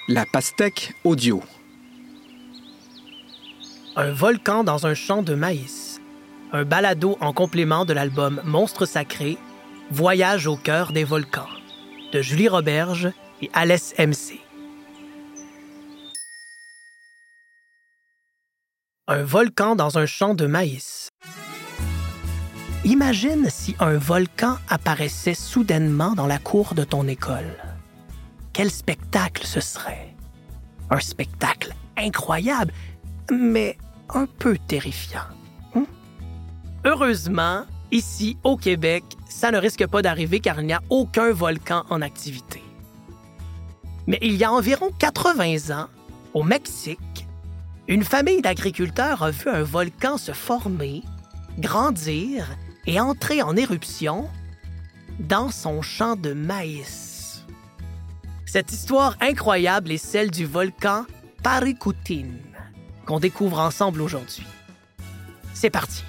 La pastèque audio. Un volcan dans un champ de maïs. Un balado en complément de l'album Monstres sacrés, Voyage au cœur des volcans, de Julie Roberge et Alès MC. Un volcan dans un champ de maïs. Imagine si un volcan apparaissait soudainement dans la cour de ton école. Quel spectacle ce serait! Un spectacle incroyable, mais un peu terrifiant. Heureusement, ici, au Québec, ça ne risque pas d'arriver car il n'y a aucun volcan en activité. Mais il y a environ 80 ans, au Mexique, une famille d'agriculteurs a vu un volcan se former, grandir et entrer en éruption dans son champ de maïs. Cette histoire incroyable est celle du volcan Paricutín, qu'on découvre ensemble aujourd'hui. C'est parti!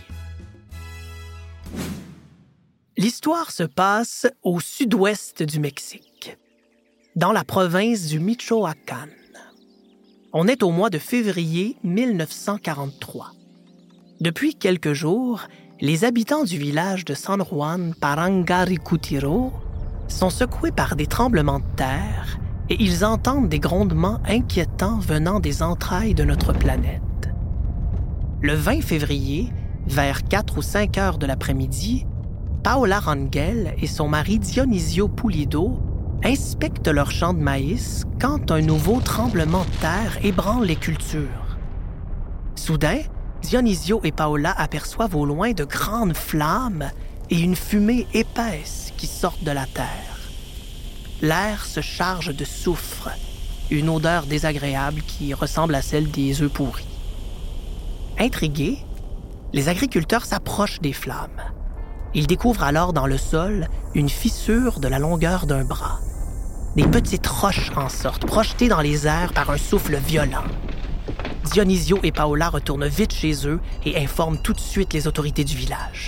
L'histoire se passe au sud-ouest du Mexique, dans la province du Michoacán. On est au mois de février 1943. Depuis quelques jours, les habitants du village de San Juan Parangaricutiro sont secoués par des tremblements de terre et ils entendent des grondements inquiétants venant des entrailles de notre planète. Le 20 février, vers 4 ou 5 heures de l'après-midi, Paola Rangel et son mari Dionisio Pulido inspectent leur champ de maïs quand un nouveau tremblement de terre ébranle les cultures. Soudain, Dionisio et Paola aperçoivent au loin de grandes flammes et une fumée épaisse qui sortent de la terre. L'air se charge de soufre, une odeur désagréable qui ressemble à celle des œufs pourris. Intrigués, les agriculteurs s'approchent des flammes. Ils découvrent alors dans le sol une fissure de la longueur d'un bras. Des petites roches en sortent, projetées dans les airs par un souffle violent. Dionisio et Paola retournent vite chez eux et informent tout de suite les autorités du village.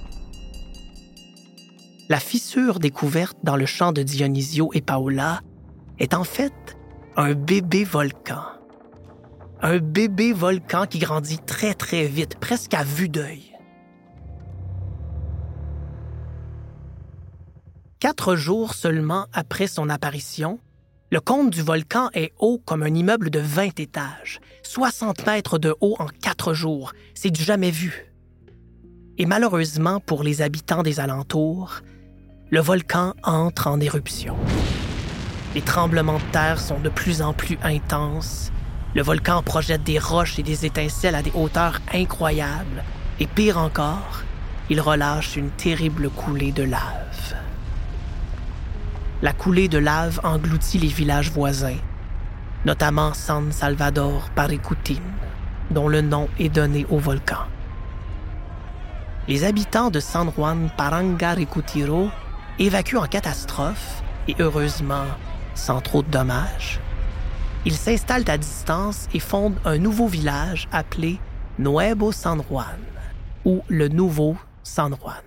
La fissure découverte dans le champ de Dionisio et Paola est en fait un bébé volcan. Un bébé volcan qui grandit très très vite, presque à vue d'œil. 4 jours seulement après son apparition, le cône du volcan est haut comme un immeuble de 20 étages, 60 mètres de haut en 4 jours. C'est du jamais vu. Et malheureusement pour les habitants des alentours, le volcan entre en éruption. Les tremblements de terre sont de plus en plus intenses. Le volcan projette des roches et des étincelles à des hauteurs incroyables. Et pire encore, il relâche une terrible coulée de lave. La coulée de lave engloutit les villages voisins, notamment San Salvador Paricutín, dont le nom est donné au volcan. Les habitants de San Juan Parangaricutiro évacuent en catastrophe et heureusement sans trop de dommages. Ils s'installent à distance et fondent un nouveau village appelé Nuevo San Juan, ou le Nouveau San Juan.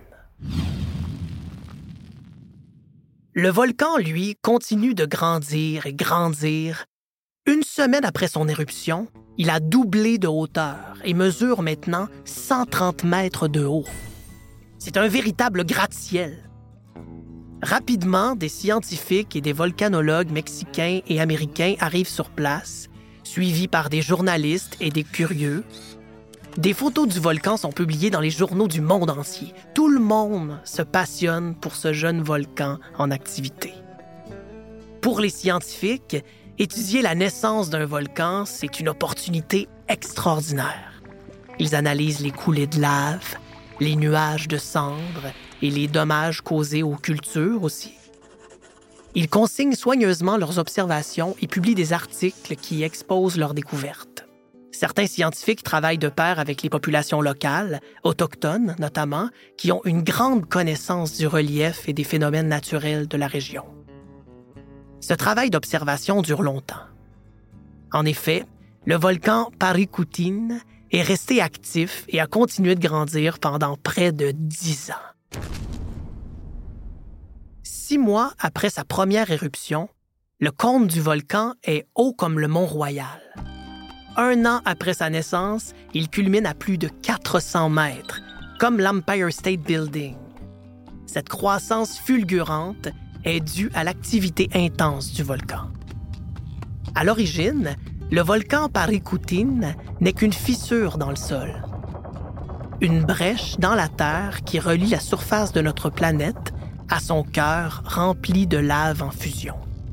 Le volcan, lui, continue de grandir et grandir. Une semaine après son éruption, il a doublé de hauteur et mesure maintenant 130 mètres de haut. C'est un véritable gratte-ciel. Rapidement, des scientifiques et des volcanologues mexicains et américains arrivent sur place, suivis par des journalistes et des curieux. Des photos du volcan sont publiées dans les journaux du monde entier. Tout le monde se passionne pour ce jeune volcan en activité. Pour les scientifiques, étudier la naissance d'un volcan, c'est une opportunité extraordinaire. Ils analysent les coulées de lave, les nuages de cendres et les dommages causés aux cultures aussi. Ils consignent soigneusement leurs observations et publient des articles qui exposent leurs découvertes. Certains scientifiques travaillent de pair avec les populations locales, autochtones notamment, qui ont une grande connaissance du relief et des phénomènes naturels de la région. Ce travail d'observation dure longtemps. En effet, le volcan Paricutín est resté actif et a continué de grandir pendant près de 10 ans. 6 mois après sa première éruption, Le cône du volcan est haut comme le Mont-Royal. 1 an après sa naissance, il culmine à plus de 400 mètres, comme l'Empire State Building. Cette croissance fulgurante est due à l'activité intense du volcan. À l'origine, le volcan Paricutin n'est qu'une fissure dans le sol. Une brèche dans la Terre qui relie la surface de notre planète à son cœur rempli de lave en fusion.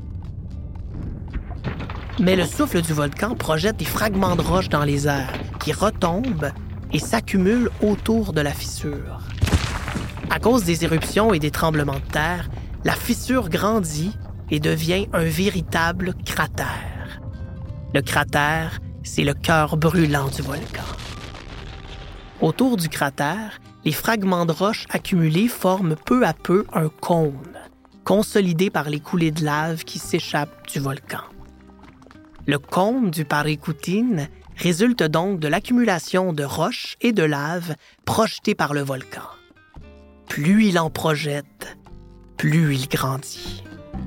Mais le souffle du volcan projette des fragments de roche dans les airs qui retombent et s'accumulent autour de la fissure. À cause des éruptions et des tremblements de terre, la fissure grandit et devient un véritable cratère. Le cratère, c'est le cœur brûlant du volcan. Autour du cratère, les fragments de roche accumulés forment peu à peu un cône, consolidé par les coulées de lave qui s'échappent du volcan. Le cône du Paricutin résulte donc de l'accumulation de roches et de lave projetées par le volcan. Plus il en projette, plus il grandit.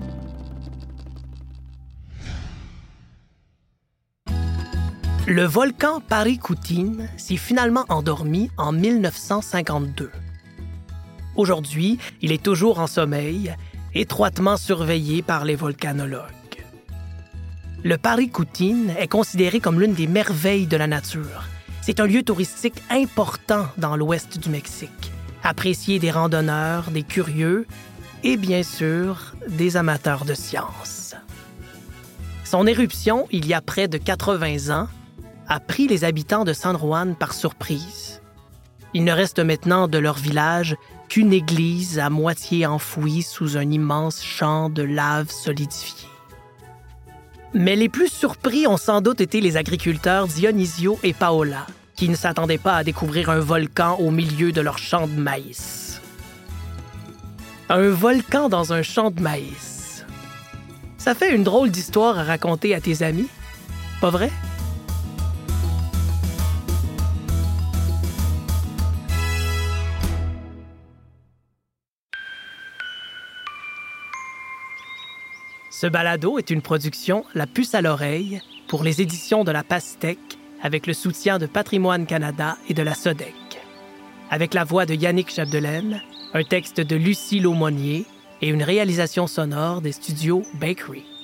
Le volcan Paricutin s'est finalement endormi en 1952. Aujourd'hui, il est toujours en sommeil, étroitement surveillé par les volcanologues. Le Paricutin est considéré comme l'une des merveilles de la nature. C'est un lieu touristique important dans l'ouest du Mexique, apprécié des randonneurs, des curieux et bien sûr des amateurs de science. Son éruption, il y a près de 80 ans, a pris les habitants de San Juan par surprise. Il ne reste maintenant de leur village qu'une église à moitié enfouie sous un immense champ de lave solidifiée. Mais les plus surpris ont sans doute été les agriculteurs Dionisio et Paola, qui ne s'attendaient pas à découvrir un volcan au milieu de leur champ de maïs. Un volcan dans un champ de maïs. Ça fait une drôle d'histoire à raconter à tes amis, pas vrai? Ce balado est une production La Puce à l'oreille pour les éditions de La Pastèque avec le soutien de Patrimoine Canada et de la SODEC. Avec la voix de Yannick Chapdelaine, un texte de Lucie Laumonier et une réalisation sonore des studios Bakery.